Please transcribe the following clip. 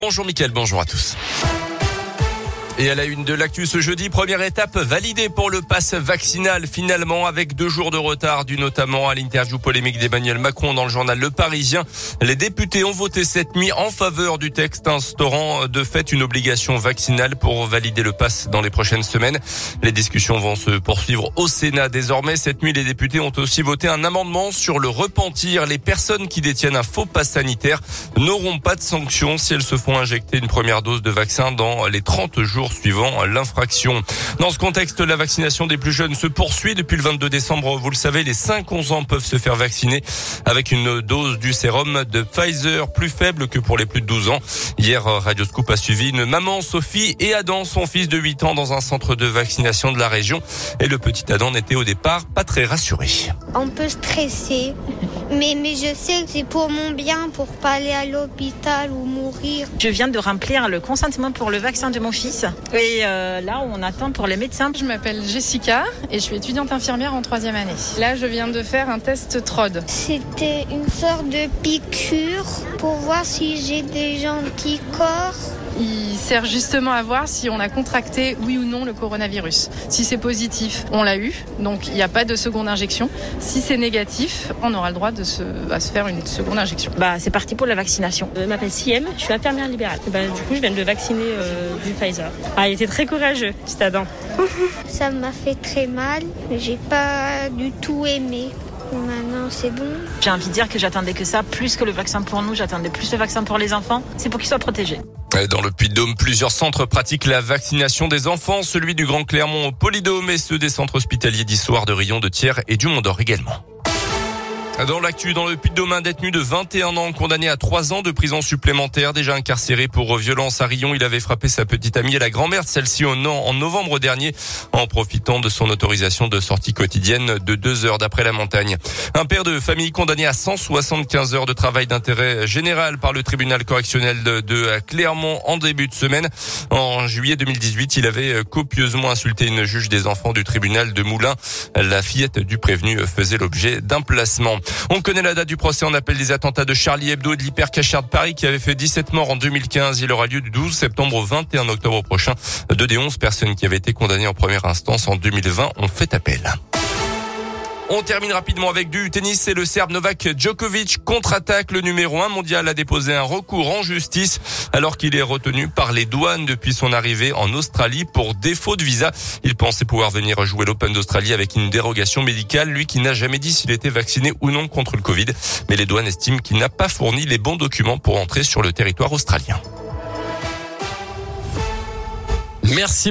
Bonjour Mickaël, bonjour à tous. Et à la une de l'actu ce jeudi, première étape validée pour le pass vaccinal finalement avec 2 jours de retard dû notamment à l'interview polémique d'Emmanuel Macron dans le journal Le Parisien. Les députés ont voté cette nuit en faveur du texte instaurant de fait une obligation vaccinale pour valider le pass dans les prochaines semaines. Les discussions vont se poursuivre au Sénat désormais. Cette nuit, les députés ont aussi voté un amendement sur le repentir. Les personnes qui détiennent un faux pass sanitaire n'auront pas de sanction si elles se font injecter une première dose de vaccin dans les 30 jours suivant l'infraction. Dans ce contexte, la vaccination des plus jeunes se poursuit. Depuis le 22 décembre, vous le savez, les 5-11 ans peuvent se faire vacciner avec une dose du sérum de Pfizer plus faible que pour les plus de 12 ans. Hier, Radio Scoop a suivi une maman, Sophie, et Adam, son fils de 8 ans, dans un centre de vaccination de la région. Et le petit Adam n'était au départ pas très rassuré. Un peu stressé, mais je sais que c'est pour mon bien, pour pas aller à l'hôpital ou mourir. Je viens de remplir le consentement pour le vaccin de mon fils. Et là, on attend pour les médecins. Je m'appelle Jessica et je suis étudiante infirmière en 3e année. Là, je viens de faire un test TROD. C'était une sorte de piqûre pour voir si j'ai des anticorps. Il sert justement à voir si on a contracté, oui ou non, le coronavirus. Si c'est positif, on l'a eu, donc il n'y a pas de seconde injection. Si c'est négatif, on aura le droit à se faire une seconde injection. C'est parti pour la vaccination. Je m'appelle Siem, je suis infirmière libérale. Du coup, je viens de le vacciner du Pfizer. Il était très courageux, petit Adam. Ça m'a fait très mal, j'ai pas du tout aimé. Maintenant, c'est bon. J'ai envie de dire que j'attendais que ça, plus que le vaccin pour nous, j'attendais plus le vaccin pour les enfants. C'est pour qu'ils soient protégés. Dans le Puy-de-Dôme, plusieurs centres pratiquent la vaccination des enfants. Celui du Grand Clermont au Polydôme et ceux des centres hospitaliers d'Issoire, de Rion, de Thiers et du Mont-d'Or également. Dans l'actu, dans le Puy-de-Dôme, un détenu de 21 ans condamné à 3 ans de prison supplémentaire, déjà incarcéré pour violence à Rion. Il avait frappé sa petite amie et la grand-mère de celle-ci en novembre dernier en profitant de son autorisation de sortie quotidienne de 2 heures d'après la montagne. Un père de famille condamné à 175 heures de travail d'intérêt général par le tribunal correctionnel de Clermont en début de semaine. En juillet 2018, il avait copieusement insulté une juge des enfants du tribunal de Moulins. La fillette du prévenu faisait l'objet d'un placement. On connaît la date du procès en appel des attentats de Charlie Hebdo et de l'Hypercacher de Paris qui avait fait 17 morts en 2015. Il aura lieu du 12 septembre au 21 octobre prochain. 2 des 11 personnes qui avaient été condamnées en première instance en 2020 ont fait appel. On termine rapidement avec du tennis. C'est le Serbe Novak Djokovic contre-attaque. Le numéro 1 mondial a déposé un recours en justice alors qu'il est retenu par les douanes depuis son arrivée en Australie pour défaut de visa. Il pensait pouvoir venir jouer l'Open d'Australie avec une dérogation médicale. Lui qui n'a jamais dit s'il était vacciné ou non contre le Covid. Mais les douanes estiment qu'il n'a pas fourni les bons documents pour entrer sur le territoire australien. Merci.